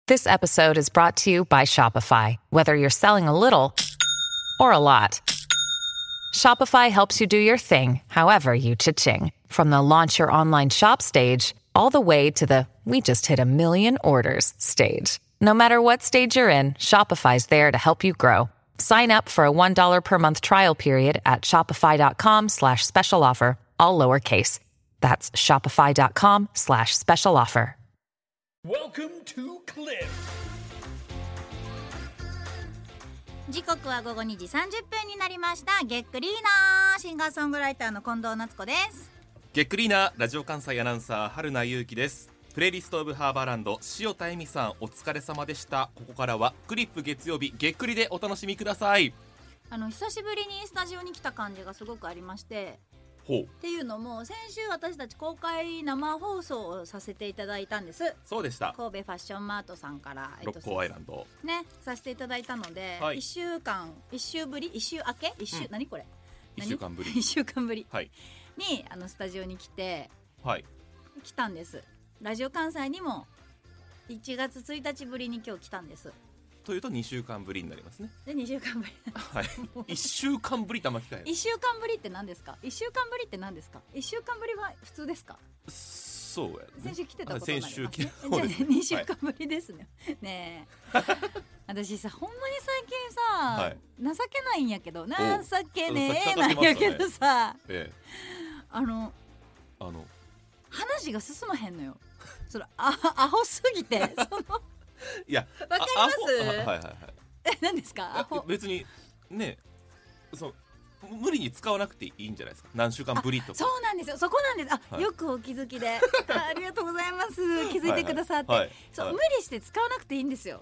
This episode is brought to you by Shopify. Whether you're selling a little or a lot, Shopify helps you do your thing, however you cha-ching. From the launch your online shop stage, all the way to the we just hit 1 million orders stage. No matter what stage you're in, Shopify's there to help you grow. Sign up for a $1 per month trial period at shopify.com/special offer, all lowercase. That's shopify.com/special offer. Welcome to Clip. 時刻は午後2時30分になりました。げっくりーなシンガーソングライターの近藤夏子です。 げっくりーなラジオ関西アナウンサー春名優希です。プレイリストオブハーバーランド、塩田恵美さんお疲れ様でした。ここからはクリップ月曜日げっくりでお楽しみください。 久しぶりにスタジオに来た感じがすごくありまして、っていうのも先週私たち公開生放送をさせていただいたんです。 そうでした。 神戸ファッションマートさんから、 六甲アイランドねさせていただいたので、 はい、 1週ぶり1週明け1週、何これ 1週間ぶり 1週間ぶり、 はい、 にスタジオに来て、 はい、来たんです。ラジオ関西にも1月1日ぶりに今日来たんです。 というと2週間ぶりになりますね。 で2週間ぶりはい、1週間ぶりってあんま聞かへん。 1週間ぶりって何ですか？1週間ぶりって何ですか？1週間ぶりは普通ですか？ そうやね。 先週来てたことになりますね。 先週来てじゃあね、2週間ぶりですね、はい、ねえ私さほんまに最近さ、はい、情けないんやけど情けねえなんやけどさ、話が進まへんのよそれアホすぎていやわかります？ はいはいはい。 何ですか？アホ。 別にね、無理に使わなくていいんじゃないですか。何週間ぶりとか。 そうなんですよ。そこなんです。はい、よくお気づきでありがとうございます。気づいてくださって、はいはい、無理して使わなくていいんですよ。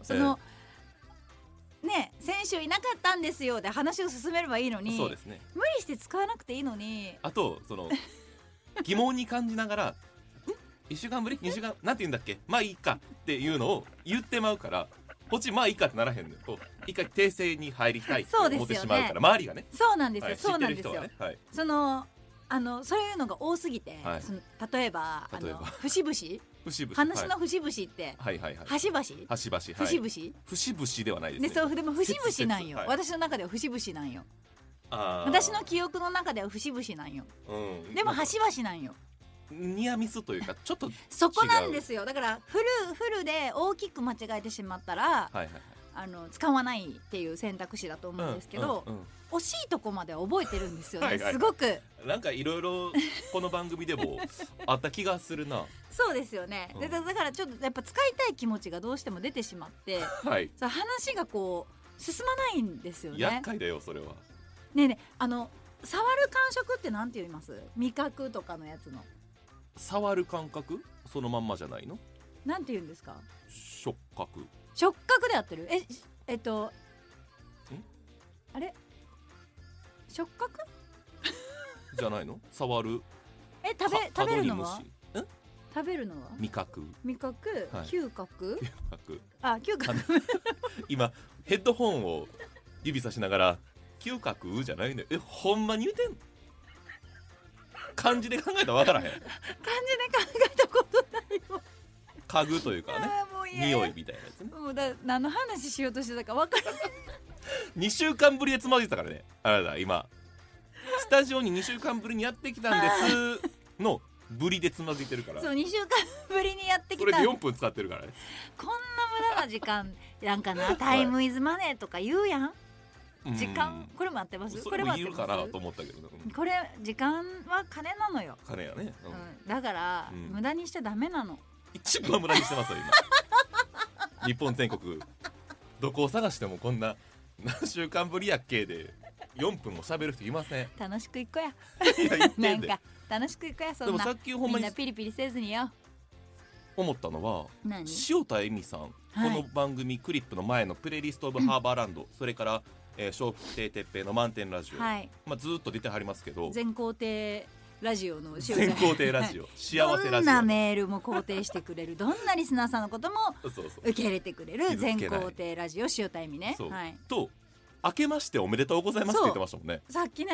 ね、先週いなかったんですよで話を進めればいいのに、 そうですね、 無理して使わなくていいのに、 あと疑問に感じながら1週間ぶり2週間なんて言うんだっけ、まあいいかっていうのを言ってまうから、こっちまあいいかってならへんのよ。一回訂正に入りたいって思ってしまうから、周りがね。そうなんですよ、そうなんですよ、ね、はい、そういうのが多すぎて、はい、例えば節々話の節々って、はいはいはい、端々節々、節々ではないですね。そう、でも節々なんよ、はい、私の中では節々なんよ。私の記憶の中では節々なんよ、でも端々なんよ。 ニアミスというかちょっと違うそこなんですよ。だからフルで大きく間違えてしまったら、はいはいはい、使わないっていう選択肢だと思うんですけど、惜しいとこまで覚えてるんですよね、はいはい、すごくなんかいろいろこの番組でもあった気がするなそうですよね、だからちょっとやっぱ使いたい気持ちがどうしても出てしまって、はい、話が進まないんですよね。 厄介だよそれは。 ねえねえ、触る感触ってなんて言います？味覚とかのやつの触る感覚そのまんまじゃないの？ なんて言うんですか？ 触覚で合ってる？あれ触覚じゃないの？触る食べるのは？食べるのは味覚、 はい、嗅覚今ヘッドホンを指さしながら嗅覚じゃないのよ。ほんまに言うてんの？漢字で考えたら分からへん。漢字で考えたことないよ。 嗅ぐというかね、匂いみたいなやつね。 もう何の話しようとしてたか分からない 2週間ぶりでつまずいたからね。あなた今スタジオに2週間ぶりにやってきたんですのぶりでつまずいてるから。 そう2週間ぶりにやってきた。 それで4分使ってるからね。 こんな無駄な時間なんかなタイムイズマネーとか言うやん。時間これも合ってます？ それも言うかなと思ったけど、 これ時間は金なのよ。 金やね、 だから、無駄にしちゃダメなの。 一番無駄にしてますよ今日本全国どこを探してもこんな何週間ぶりやっけで4分も喋る人いません。 楽しくいこやいや言ってんでなんか楽しくいこや。そんなでもさっきほんまにみんなピリピリせずによ。 思ったのは塩田恵美さん、この番組クリップの前のプレイリストオブハーバーランド、それから笑福亭鉄平の満点ラジオ、ずっと出てはりますけど、 全肯定ラジオの全肯定ラジオ、幸せラジオ、 どんなメールも肯定してくれるどんなリスナーさんのことも受け入れてくれる全肯定ラジオ塩田恵美ね、 と明けましておめでとうございますって言ってましたもんね。 さっきね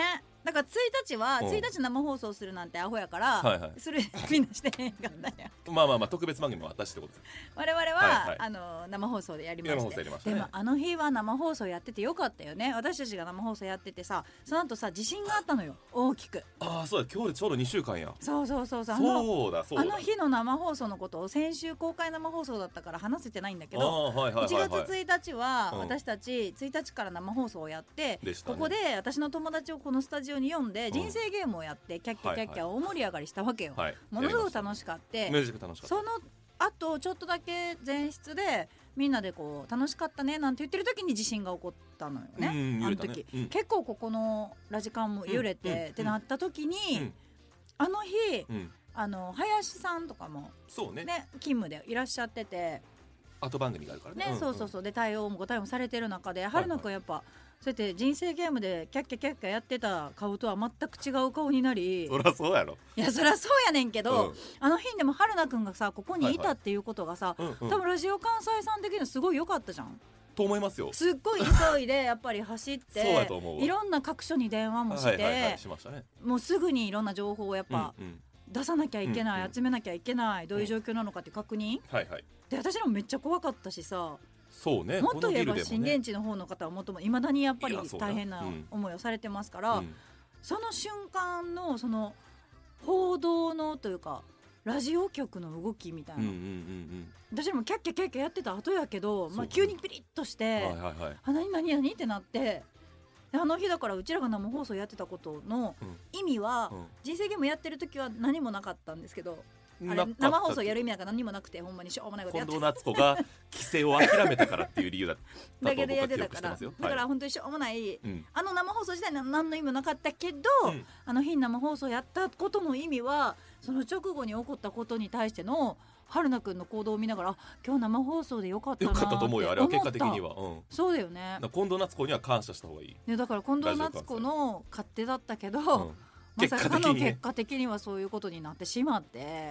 だから1日は1日生放送するなんてアホやから、はいはい、それみんなしてへんかったんや。 まあ特別番組も私ってことです。 我々は、はいはい、生放送でやりまして、ね、でもあの日は生放送やっててよかったよね。私たちが生放送やっててさ、その後さ地震があったのよ、大きく。 ああそうだ、今日でちょうど2週間や。 そうあの日の生放送のことを先週公開生放送だったから話せてないんだけど、1月1日は私たち1日から生放送をやって、ね、ここで私の友達をこのスタジオに呼んで人生ゲームをやってキャッキャキャッキャ大盛り上がりしたわけよ、はい、ものすごく楽しかった。そのあとちょっとだけ前室でみんなでこう楽しかったねなんて言ってる時に地震が起こったのよね。あの時、結構ここのラジカンも揺れて、ってなった時に、あの日、林さんとかもそうね、 勤務でいらっしゃってて、 後番組があるからね。 そうで対応もご対応されてる中で、春菜くんやっぱそうやって人生ゲームでキャッキャキャッキャやってた顔とは全く違う顔になり、 そりゃそうやろ。 いやそりゃそうやねんけど、あの日でも春菜くんがさここにいたっていうことがさ、多分ラジオ関西さん的にはすごい良かったじゃんと思いますよ。 すっごい急いでやっぱり走ってそうやと思うわ。 いろんな各所に電話もして、 しましたね。 もうすぐにいろんな情報をやっぱ、出さなきゃいけない、集めなきゃいけない、どういう状況なのかって確認、で私らもめっちゃ怖かったしさ、 そうね、 もっと言えば震源地の方の方はもっといまだにやっぱり大変な思いをされてますから、その瞬間のその報道のというかラジオ局の動きみたいな、私らもキャッキャキャッキャやってた後やけど、急にピリッとして、何ってなって、あの日だからうちらが生放送やってたことの意味は、人生ゲームやってる時は何もなかったんですけど、あれ生放送やる意味なんか何もなくて、ほんまにしょうもないことやって、 近藤夏子が規制を諦めたからっていう理由だったと僕は記憶してますよ。 だから本当にしょうもない、あの生放送自体には何の意味もなかったけど、あの日生放送やったことの意味は、その直後に起こったことに対しての春菜くんの行動を見ながら、今日生放送でよかったなって思った。よかったと思うよ、あれは結果的には、そうだよね。 近藤夏子には感謝した方がいい。 だから近藤夏子の勝手だったけど、まさかの結果的にはそういうことになってしまって、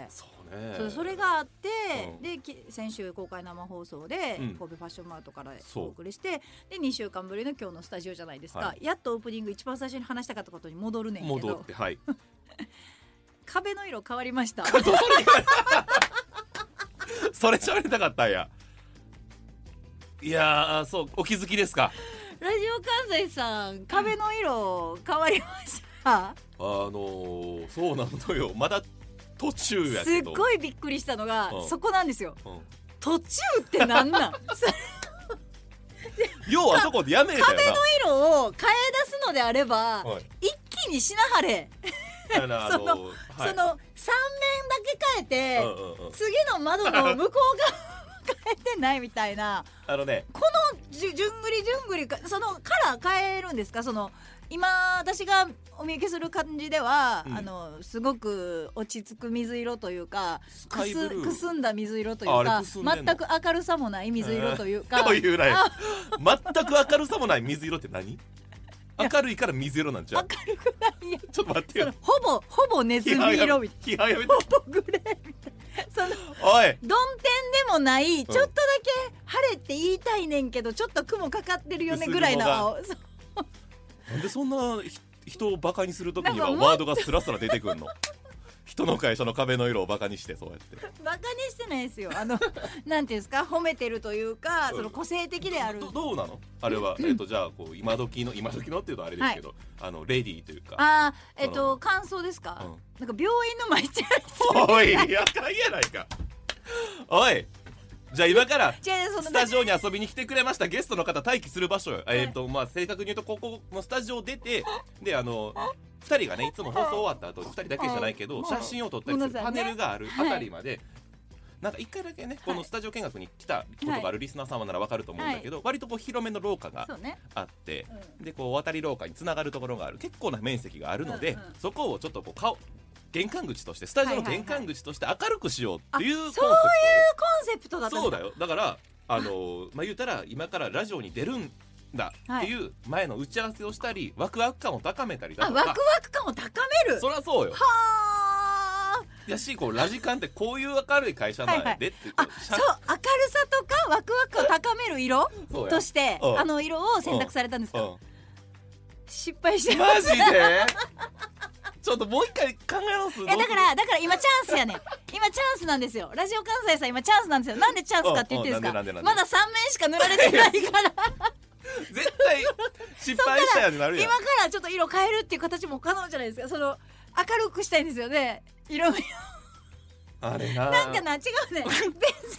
それがあって、で先週公開生放送で神戸ファッションマートからお送りして、で2週間ぶりの今日のスタジオじゃないですか、やっとオープニング一番最初に話したかったことに戻るねんけど、 戻って、はい壁の色変わりましたそれ喋りたかったんや。いやそう、お気づきですか。 ラジオ関西さん、壁の色変わりました。 そうなのよ、まだ途中やけど、 すっごいびっくりしたのが、そこなんですよ、途中ってなんなん要はそこでやめたよな。 壁の色を変え出すのであれば、一気にしなはれその3面だけ変えて、次の窓の向こう側変えてないみたいな、このじゅんぐりそのカラー変えるんですか。その今私がお見受けする感じでは、すごく落ち着く水色というか、くすんだ水色というか、全く明るさもない水色というか、 全く明るさもない水色って何？明るいから水色なんちゃう？ 明るくないや、 ちょっと待ってよ。 ほぼネズミ色みたいな、ほぼグレーみたいな、そのおい、 曇天でもない、ちょっとだけ晴れって言いたいねんけど、ちょっと雲かかってるよねぐらいの青。 なんでそんな人をバカにするときにはワードがスラスラ出てくるの？人の会社の壁の色をバカにして、そうやってバカにしてないですよ。なんていうんですか、褒めてるというか、その個性的である。 どうなのあれは、じゃあこう今時のっていうとあれですけど、レディーというか、 感想ですか？なんか病院の前じおい、やかんやないか。おい、じゃあ今からスタジオに遊びに来てくれましたゲストの方待機する場所よ。正確に言うとここのスタジオ出て、で2人がね、いつも放送終わった後2人だけじゃないけど写真を撮ったりするパネルがあるあたりまで、なんか1回だけね、このスタジオ見学に来たことがあるリスナー様なら分かると思うんだけど、割とこう広めの廊下があって、でこう渡り廊下につながるところがある、結構な面積があるので、そこをちょっとこう玄関口として、スタジオの玄関口として明るくしようっていうコンセプト。 そういうコンセプトだったんだ。 そうだよ。だから言うたら今からラジオに出るんだっていう前の打ち合わせをしたり、ワクワク感を高めたりだとか。 ワクワク感を高める。 そりゃそうよ。 はあ。 やし、こうラジカンってこういう明るい会社なんやでって、 そう、明るさとかワクワクを高める色として、あの色を選択されたんですか？ 失敗してマジでちょっともう一回考え直す。 だから今チャンスやねん。今チャンスなんですよ。ラジオ関西さん今チャンスなんですよ。なんでチャンスかって言ってるんですか。まだ3面しか塗られてないから絶対失敗したやんってなるやん。 今からちょっと色変えるっていう形も可能じゃないですか。その明るくしたいんですよね、色味を。 あれな、 なんかな、違うね別に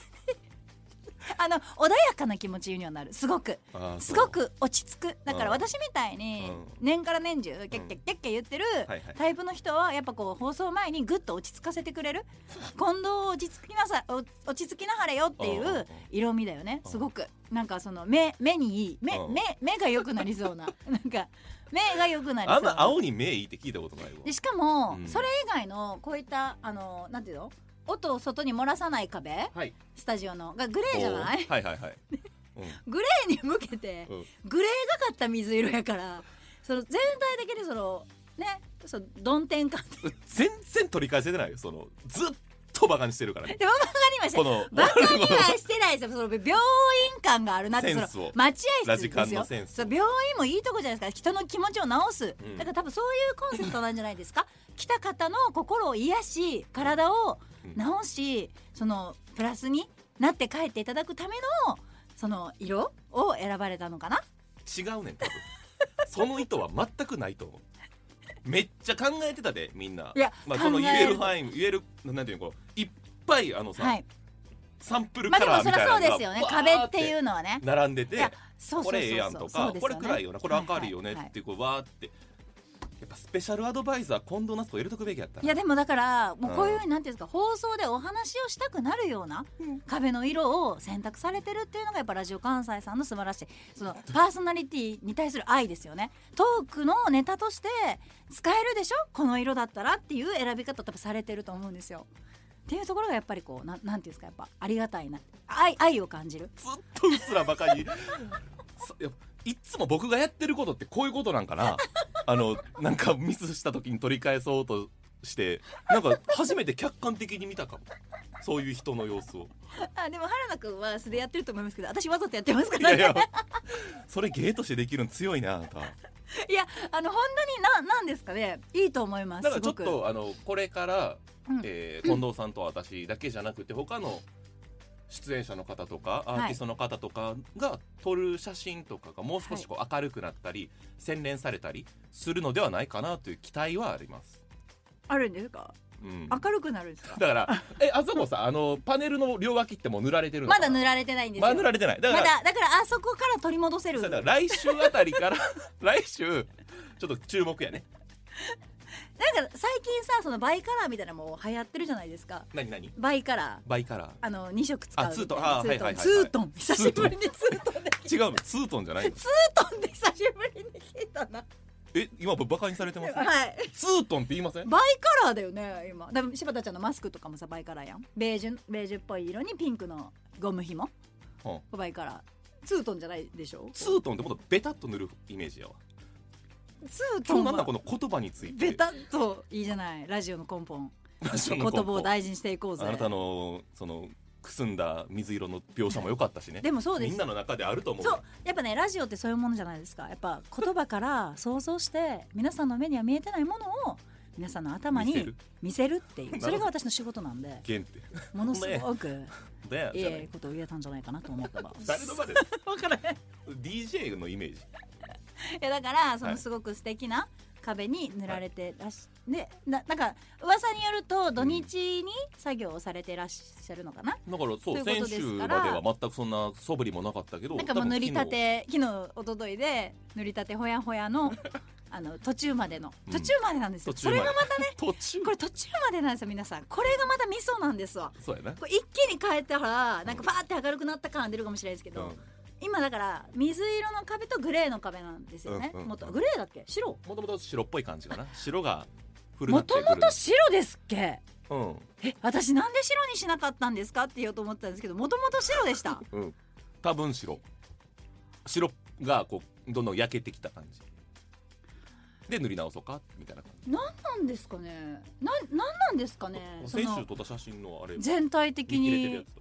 穏やかな気持ちにはなる。すごく落ち着く。だから私みたいに年から年中キャッキャッキャッキャ言ってるタイプの人はやっぱこう放送前にグッと落ち着かせてくれる。今度落ち着きなはれよっていう色味だよね。すごくなんかその目にいい目が良くなりそうななんか目が良くなりそうな。 あんま青に目いいって聞いたことないわ。 でしかもそれ以外のこういったなんていうの、音を外に漏らさない壁、はい、スタジオのがグレーじゃない？ はいはいはい、 グレーに向けて、グレーがかった水色やから、その全体的にそのね、その曇天感全然取り返せてないよ。そのずっとバカにしてるからね。 でもバカにはしてない。バカにはしてないですよ。その病院感があるなって。その待合室ですよ。その病院もいいとこじゃないですか。人の気持ちを治す、だから多分そういうコンセプトなんじゃないですか。来た方の心を癒し、体を治し、そのプラスになって帰っていただくためのその色を選ばれたのかな。 違うねん多分その意図は全くないと思う。めっちゃ考えてたでみんな。 いや、 まあ、その言える範囲言えるなんていうの、いっぱいはい、サンプルカラーみたいなのが、 まあでもそりゃそうですよね。壁っていうのはね並んでて、 そうこれええやんとか、これ暗いよな、これ明るいよねってこうわーって。やっぱスペシャルアドバイザー近藤夏子入れとくべきやった。 いやでもだからもうこういうなんていうんですか、放送でお話をしたくなるような壁の色を選択されてるっていうのがやっぱラジオ関西さんの素晴らしいそのパーソナリティに対する愛ですよね。トークのネタとして使えるでしょ、この色だったらっていう選び方を多分されてると思うんですよ。っていうところがやっぱりこうなんていうんですか、やっぱありがたいな、愛を感じる。 ずっとうっすらバカにいつも僕がやってることってこういうことなんかななんかミスした時に取り返そうとしてなんか初めて客観的に見たかもそういう人の様子を。 でも原田くんは素でやってると思いますけど、私わざとやってますからね。いやそれ芸としてできるの強いなあなた。 いや本当になんですかね、いいと思います。 だからちょっとこれから、近藤さんと私だけじゃなくて他の出演者の方とかアーティストの方とかが撮る写真とかがもう少しこう明るくなったり洗練されたりするのではないかなという期待はあります。 あるんですか？明るくなるんですか？ だからあそこさパネルの両脇ってもう塗られてるのかな？まだ塗られてないんですよ。 まだ塗られてない。だからあそこから取り戻せる。 だから来週あたりから来週ちょっと注目やね。 なんか最近さ、そのバイカラーみたいなのも流行ってるじゃないですか。 何バイカラー 2色使う。 ツートン。 ツートン久しぶりにツートンで違うの、ツートンじゃないの。 ツートンで久しぶりに聞いたな。 今バカにされてます？ はい。 ツートンって言いません？ バイカラーだよね今。でも柴田ちゃんのマスクとかもさバイカラーやん。ベージュっぽい色にピンクのゴム紐、バイカラー。ツートンじゃないでしょ。 ツートンってもっとベタっと塗るイメージやわ。 ツートンはこの言葉についてベタっといいじゃない。ラジオの根本、言葉を大事にしていこうぜ。 あなたのそのくすんだ水色の描写も良かったしね。 でもそうです、 みんなの中であると思う。 そうやっぱね、ラジオってそういうものじゃないですか。やっぱ言葉から想像して皆さんの目には見えてないものを皆さんの頭に見せるっていう、それが私の仕事なんでものすごくいいことを言えたんじゃないかなと思ったわ。 誰の場で分からへん DJ のイメージ。 いやだからそのすごく素敵な壁に塗られてらし、でなんか噂によると土日に作業をされてらっしゃるのかな。 だからそう先週までは全くそんな素振りもなかったけど、 なんかもう塗りたて昨日一昨日で塗りたてほやほやの途中までなんですよ。それがまたねこれ途中までなんですよ皆さん。これがまたミソなんですわ。 そうやな。 これ一気に変えたらなんかパーって明るくなった感出るかもしれないですけど、今だから水色の壁とグレーの壁なんですよね。もっとグレーだっけ？白？ もともと白っぽい感じかな。白がもともと白ですっけ？私なんで白にしなかったんですかって言おうと思ったんですけど、もともと白でした。 多分白がこうどんどん焼けてきた感じで塗り直そうかみたいな感じ。 なんですかね。なんですかね。 先週撮った写真のあれ全体的に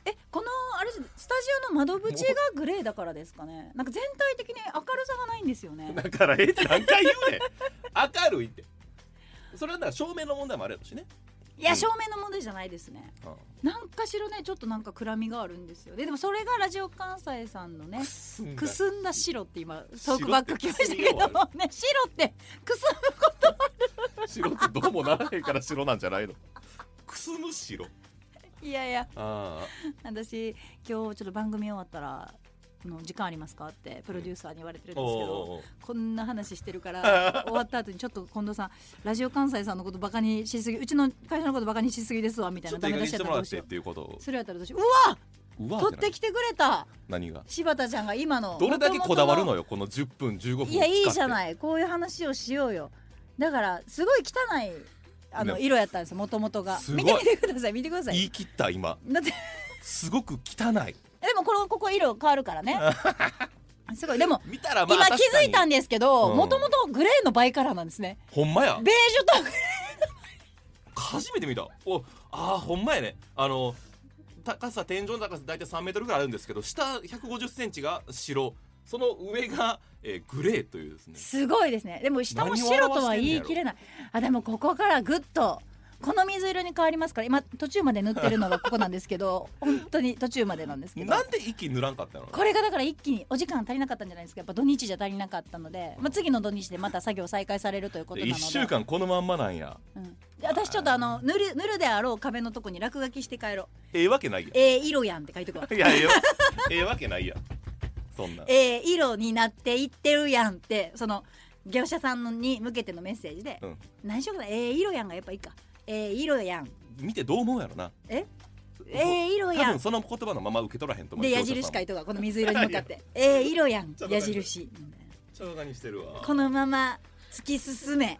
このあれスタジオの窓縁がグレーだからですかね。なんか全体的に明るさがないんですよね。 だからって何回言うねん明るいって。それはだから照明の問題もあるやろしね。 いや、照明の問題じゃないですね。なんかしろねちょっとなんか暗みがあるんですよ。でもそれがラジオ関西さんのねくすんだ白って今トークバック来ましたけどもね、白ってくすむことある白ってどうもならへんから白なんじゃないのくすむ白。 いやいや、私今日ちょっと番組終わったらの時間ありますかってプロデューサーに言われてるんですけど、こんな話してるから終わった後にちょっと近藤さんラジオ関西さんのことバカにしすぎ、うちの会社のことバカにしすぎですわみたいなダメ出しちゃったらどうしよう。それやったらどうしよう。うわ取ってきてくれた。 何が柴田ちゃんが今のどれだけこだわるのよこの10分15分。 いやいいじゃない、こういう話をしようよ。だからすごい汚い色やったんですよもともとが。見てください見てください。 言い切った今。だってすごく汚い。 でもここ色変わるからねすごい。でも見たら今気づいたんですけどもともとグレーのバイカラーなんですね。 ほんまや。 ベージュとグレー初めて見た。ほんまやね。高さ天井の高さ大体3メートルぐらいあるんですけど下150センチが白、その上が、グレーというですね。 すごいですね。でも下も白とは言い切れない。でもここからぐっとこの水色に変わりますから、今途中まで塗ってるのがここなんですけど本当に途中までなんですけど、 なんで一気に塗らんかったの。 これがだから一気にお時間足りなかったんじゃないですか。やっぱ土日じゃ足りなかったので、次の土日でまた作業再開されるということなので 1週間このまんまなんや。 私ちょっと塗るであろう壁のとこに落書きして帰ろう。わけないやん。色やんって書いてくわ。 いやわけないやんそんな。 色になっていってるやんってその業者さんに向けてのメッセージで、何しようかな、色やんがやっぱいいか。色やん見てどう思うやろな。 色やん。 多分その言葉のまま受け取らへんと思う。 で矢印書いとかこの水色に向かって色やん矢印ちょうがにしてるわ。 このまま突き進め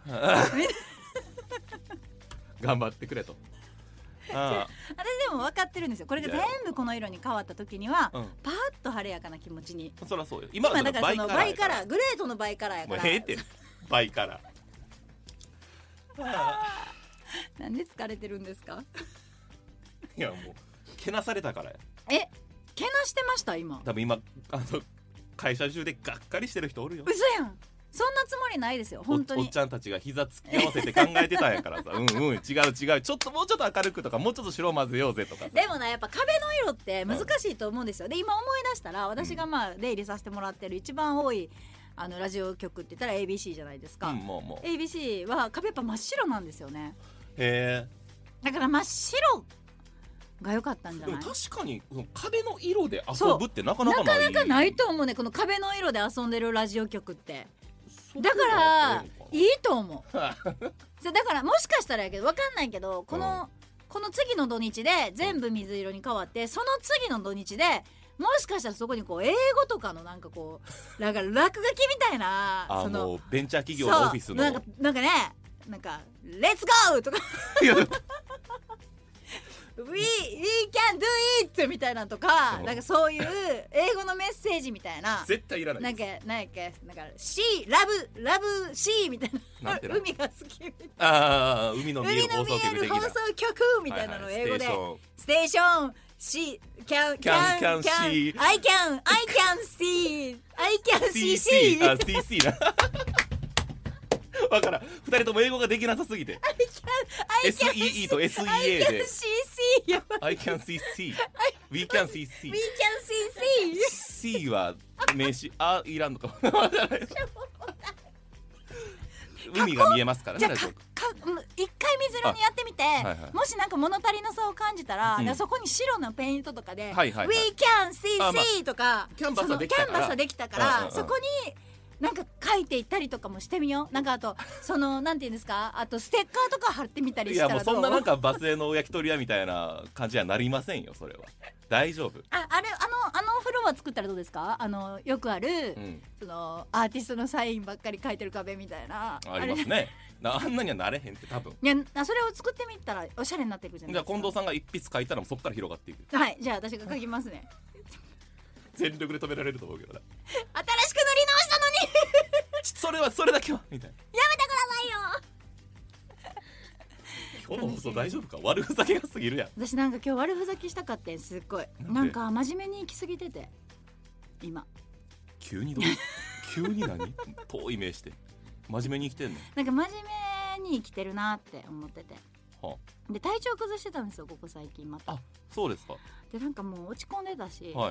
頑張ってくれと。 私でも分かってるんですよ。これが全部この色に変わった時にはパーッと晴れやかな気持ちに。 そりゃそうよ。 今だからそのバイカラーグレートのバイカラーやから。 もうってバイカラーなんで疲れてるんですか。 いやもうけなされたからや。 けなしてました今。 多分今会社中でがっかりしてる人おるよ。 嘘やん。そんなつもりないですよ本当に。 おっちゃんたちが膝突き合わせて考えてたんやからさ違うちょっともうちょっと明るくとかもうちょっと白混ぜようぜとかさ。 でもねやっぱ壁の色って難しいと思うんですよ。で今思い出したら私が出入りさせてもらってる一番多いラジオ局って言ったら ABC じゃないですか。 もう ABC は壁やっぱ真っ白なんですよね。 へえ。 だから真っ白が良かったんじゃない。 でも確かに壁の色で遊ぶってなかなかないと思うねこの壁の色で遊んでるラジオ局って。だからいいと思うだからもしかしたらやけど分かんないけどこの次の土日で全部水色に変わってその次の土日でもしかしたらそこにこう英語とかのなんかこうなんか落書きみたいなそのベンチャー企業のオフィスのなんかねなんかレッツゴーとかWe can do it みたいなとか、なんかそういう英語のメッセージみたいな。 絶対いらない。 なんかShe love She みたいな。海が好きみたいな。 海の見える放送局的な。 放送局みたいなのを英語で。ステーション She can see I can see CC な。わからん。2人とも英語ができなさすぎて SEE と SEA で I can see C We can see C C は名詞いらんのかも海が見えますからね。 じゃあ一回水色にやってみて、もしなんか物足りなさを感じたら、そこに白のペイントとかで We can see C とかキャンバスはできたからそこになんか書いていったりとかもしてみよう。なんかあとなんていうんですか、あとステッカーとか貼ってみたりしたらどう。 いやもうそんななんかバスへの焼き鳥屋みたいな感じにはなりませんよそれは。大丈夫。 あれフロア作ったらどうですか。よくある、アーティストのサインばっかり書いてる壁みたいなありますね。あんなにはなれへんって多分。 いやそれを作ってみたらおしゃれになっていくじゃないですか。 じゃあ近藤さんが一筆書いたらそこから広がっていく。 はい、じゃあ私が書きますね全力で止められると思うけどな。 新しく塗り直したのにそれだけはみたいな。 やめてくださいよ今日の放送大丈夫か、悪ふざけが過ぎるやん。 私なんか今日悪ふざけしたかってん、すっごいなんか真面目に行き過ぎてて今急に急に何遠い目して真面目に生きてんの。 なんか真面目に生きてるなって思ってて、 はあ、 で体調崩してたんですよここ最近また。 あ、そうですか。 でなんかもう落ち込んでたし、 はい、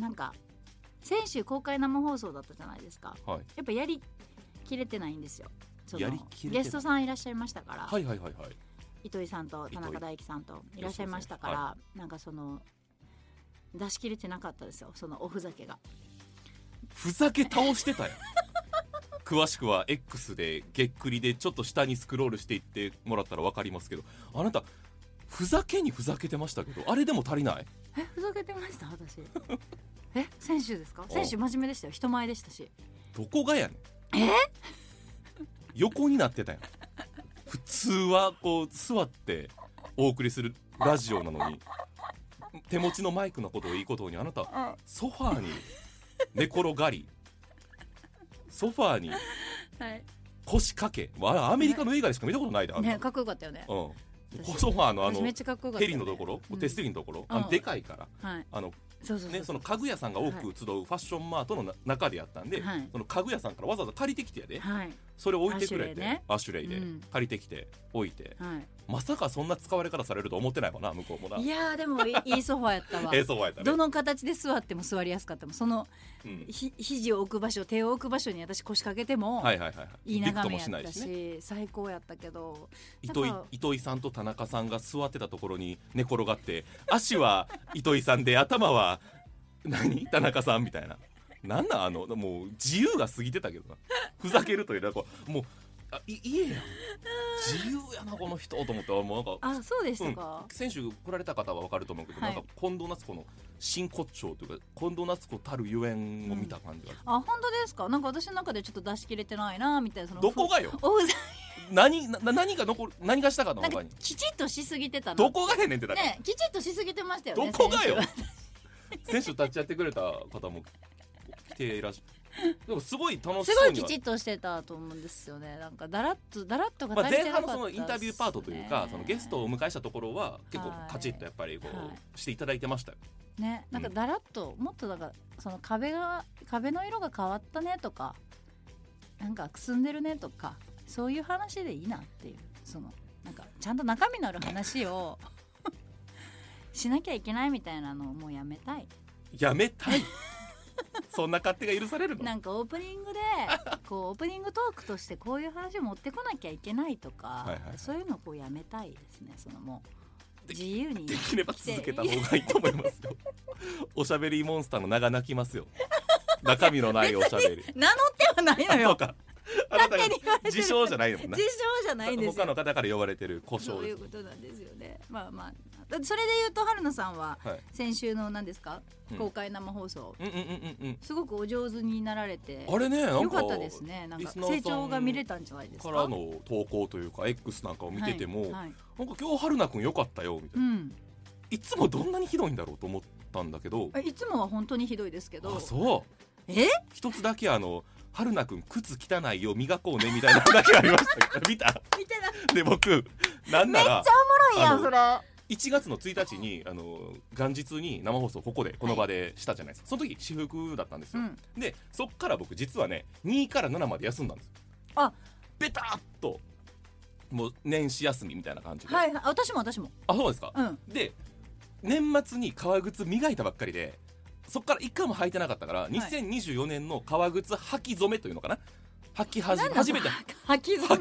なんか先週公開生放送だったじゃないですか、 はい、 やっぱやりきれてないんですよ。 やりきれてゲストさんいらっしゃいましたから、 はいはいはいはい、 糸井さんと田中大樹さんといらっしゃいましたから、はい、なんかその出し切れてなかったですよ、そのおふざけが。 ふざけ倒してたよ詳しくは X でげっくりでちょっと下にスクロールしていってもらったら分かりますけど、あなたふざけにふざけてましたけど、あれでも足りない。 ふざけてました私先週ですか。先週真面目でしたよ、人前でしたし。 どこがやねん。横になってたやん。普通はこう座ってお送りするラジオなのに、手持ちのマイクのことをいいことにあなたソファーに寝転がりソファーに腰掛け、アメリカの映画でしか見たことないで、 ね、かっこよかったよね、 ソファーのヘリのところ、手すりのところ、でかいから、その家具屋さんが多く集うファッションマートの中でやったんで、その家具屋さんからわざわざ借りてきてやで、それを置いてくれて、アシュレイで借りてきて置いて、まさかそんな使われ方されると思ってないわな、向こうもな。 いやでもいいソファーやったわソファーやったね。 どの形で座っても座りやすかったもん。その、肘を置く場所、手を置く場所に私腰掛けてもいい眺めやったし、最高やったけど、 糸井さんと田中さんが座ってたところに寝転がって、足は糸井さんで頭は田中さんみたいな、なんなんもう自由が過ぎてたけどな。ふざけるというよりもういいやん、自由やなこの人と思って、もうなんかそうでしたか、 先週来られた方は分かると思うけど、なんか近藤夏子の真骨頂というか近藤夏子たるゆえんを見た感じが、 本当ですか。なんか私の中でちょっと出し切れてないなみたいな。そのどこがよ何がしたかの。 なんかきちっとしすぎてたの。 どこがやねんってだから、 きちっとしすぎてましたよね。 どこがよ先週立ち会ってくれた方も来ていらっしゃる。でもすごい楽しそうに、 すごいきちっとしてたと思うんですよね。なんかだらっとが足りてなかった、 前半のそのインタビューパートというか、そのゲストをお迎えしたところは結構カチッとやっぱりこう、していただいてましたよね。なんかだらっと、もっとなんかその壁の色が変わったねとか、なんかくすんでるねとか、そういう話でいいなっていう、そのなんかちゃんと中身のある話をしなきゃいけないみたいなのをもうやめたいそんな勝手が許されるの。 なんかオープニングでこうオープニングトークとしてこういう話を持ってこなきゃいけないとか、そういうのをこうやめたいですね。そのもう自由にできれば続けた方がいいと思いますよおしゃべりモンスターの名が泣きますよ。中身のないおしゃべり名乗ってはないのよ。 あなたが自称じゃないのもんな。 自称じゃないんですよ。 他の方から呼ばれてる故障。 そういうことなんですよね。まあまあそれで言うと春菜さんは先週の何ですか、公開生放送、すごくお上手になられて、 あれね、なんかよかったですね。なんか成長が見れたんじゃないですか。 からの投稿というか X なんかを見てても、なんか今日春菜くんよかったよみたいな、いつもどんなにひどいんだろうと思ったんだけど、 いつもは本当にひどいですけど。 そう一つだけ春菜くん靴汚いよ磨こうねみたいなのだけありましたけど見たで僕なんならめっちゃおもろいやんそれ。 1月の1日に元日に生放送この場でしたじゃないですか。その時私服だったんですよ、でそっから僕実はね2から7まで休んだんです。ベタっともう年始休みみたいな感じで。 私もそうですか、で年末に革靴磨いたばっかりで、そっから1回も履いてなかったから、2024年の革靴履き初めというのかな、初めて履き初め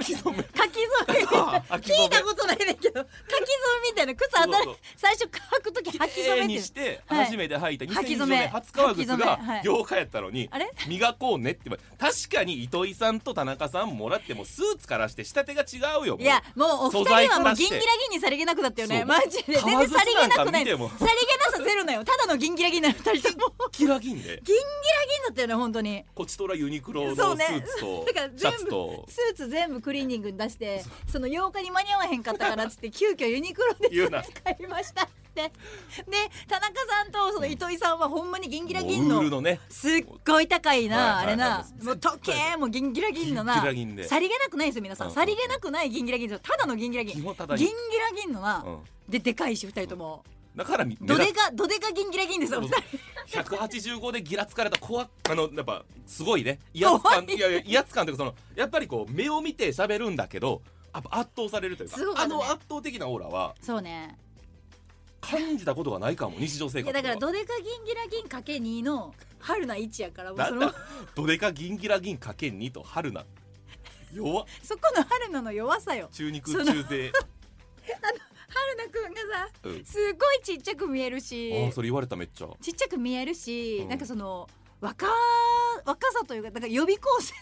聞いたことないねんけど、書き初めみたいな靴最初履くとき履き初めにして初めて履いた2024年初革靴が8日やったのに磨こうねって確かに糸井さんと田中さんもらってもスーツからして仕立てが違うよ。 いやもうお二人はもうギンギラギンにさりげなくだったよね。マジで全然さりげなくない、さりげなさゼロなよ。ただのギンギラギンな2人ともギンギラギンでギンギラギンだったよね本当に。 こちとらユニクロのスーツとから全部スーツ全部クリーニングに出してその8日に間に合わへんかったからっつって急遽ユニクロで使いましたってで田中さんとその糸井さんはほんまにギンギラ銀のすっごい高いなあれなもう時計もギンギラ銀のなさりげなくないですよ皆さんさりげなくないギンギラ銀ですただのギンギラ銀ギンギラ銀のなででかいし2人ともだからどでかギンギラ銀ですよ 185でギラつかれたやっぱすごいね威圧感というかそのやっぱりこう目を見て喋るんだけどやっぱ圧倒されるというか、ね、圧倒的なオーラはそうね感じたことがないかも日常生活だからどでかギンギラ銀かけ2の春菜1やからもうそのどでかギンギラ銀かけ2と春菜弱っそこの春菜の弱さよ中肉中背春菜くんがさ、すごいちっちゃく見えるしそれ言われためっちゃちっちゃく見えるし、なんかその若さというかだから予備校生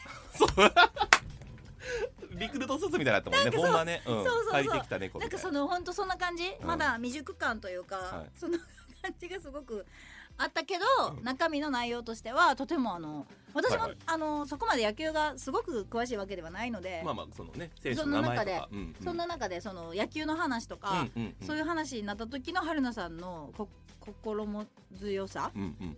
リクルートスーツみたいなったもんねほんまね帰りてきた猫みたいななんかそのほんとそんな感じ、まだ未熟感というか、その感じがすごくあったけど、中身の内容としてはとても私も、そこまで野球がすごく詳しいわけではないのでそのね選手の名前とかそんな中でその野球の話とか、そういう話になった時の春菜さんの心強さ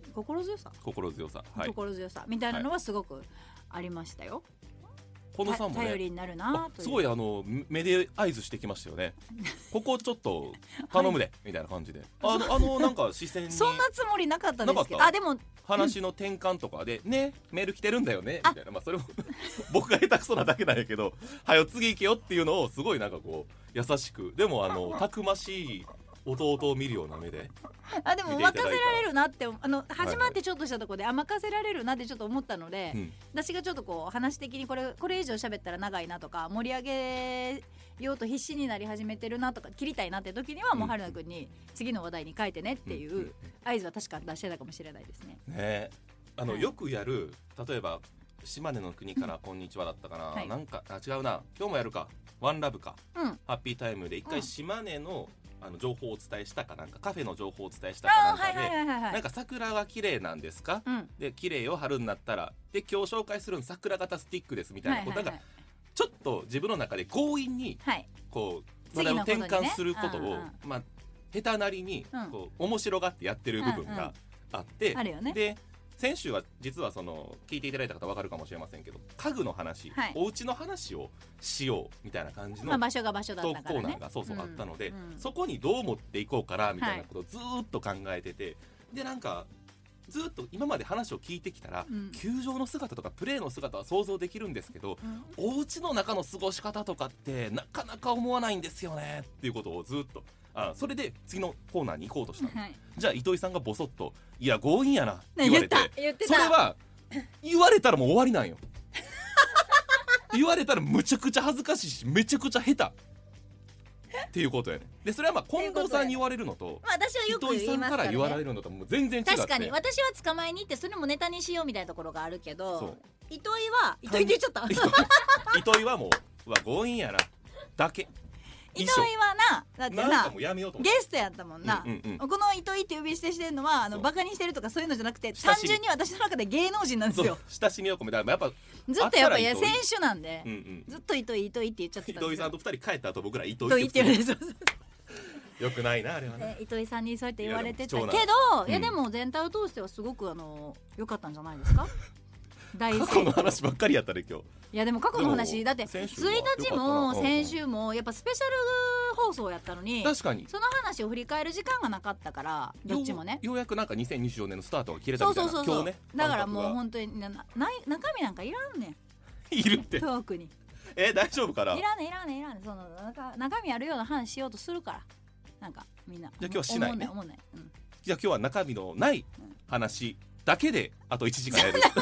みたいなのはすごくありましたよ。 近藤さんもね頼りになるなというすごい目で合図してきましたよねここちょっと頼むで、みたいな感じでなんか視線にそんなつもりなかったんですけどでも話の転換とかで、ねメール来てるんだよねみたいなそれも僕が下手くそなだけなんやけどはよ次行けよっていうのをすごいなんかこう優しくでもたくましい弟を見るような目ででも任せられるなって始まってちょっとしたところで任せられるなってちょっと思ったので、私がちょっとこう話的にこれ以上喋ったら長いなとか盛り上げようと必死になり始めてるなとか切りたいなって時にはもう春菜くんに次の話題に変えてねっていう合図は確か出してたかもしれないですね。 ねよくやる例えば島根の国からこんにちはだったかな、なんか違うな今日もやるかワンラブか、ハッピータイムで一回島根の情報をお伝えしたかなんかカフェの情報をお伝えしたかなんかでなんか桜が綺麗なんですか、で綺麗よ春になったらで今日紹介するの桜型スティックですみたいなこと、なんかちょっと自分の中で強引にこう話題を転換することを下手なりにこう面白がってやってる部分があって、で先週は実はその聞いていただいた方分かるかもしれませんけど家具の話、お家の話をしようみたいな感じの場所が場所だったからねトークコーナーがそうあったので、そこにどう持っていこうかなみたいなことをずっと考えてて、でなんかずっと今まで話を聞いてきたら、球場の姿とかプレーの姿は想像できるんですけど、お家の中の過ごし方とかってなかなか思わないんですよねっていうことをずっとそれで次のコーナーに行こうとしたの、じゃあ糸井さんがボソッといや強引やなって言われて、それは言われたらもう終わりなんよ言われたらむちゃくちゃ恥ずかしいしめちゃくちゃ下手っていうことやね。でそれは近藤さんに言われるのと、 私はよく言いますからね、 糸井さんから言われるのともう全然違って、 確かに私は捕まえに行ってそれもネタにしようみたいなところがあるけど、糸井は糸井って言っちゃった糸井はもう強引やなだけ。 糸井はだってなゲストやったもんな、この糸井って呼び捨てしてるのはバカにしてるとかそういうのじゃなくて単純に私の中で芸能人なんですよ。 親しみを込めたらやっぱずっとやっぱ選手なんで、ずっと糸井って言っちゃってたんですよ。 糸井さんと2人帰った後僕ら糸井って言うんですよよくないなあれはね。 糸井さんにそうやって言われてたけど、いやでも全体を通してはすごく良かったんじゃないですか過去の話ばっかりやったね今日。 いやでも過去の話だって1日も先週もやっぱスペシャル放送やったのに、 確かにその話を振り返る時間がなかったからどっちもねようやくなんか2024年のスタートが切れたみたいな。今日ねだからもう本当に中身なんかいらんねんいるってトークに大丈夫かな。 いらんねその中身あるような話しようとするからなんかみんな。 じゃあ今日はしないね。 思んない、 じゃあ今日は中身のない話だけであと1時間やる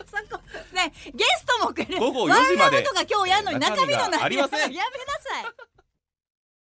ね、ゲストも来る午後4時までワンラブとか今日やるのに中身のないありませんやめなさい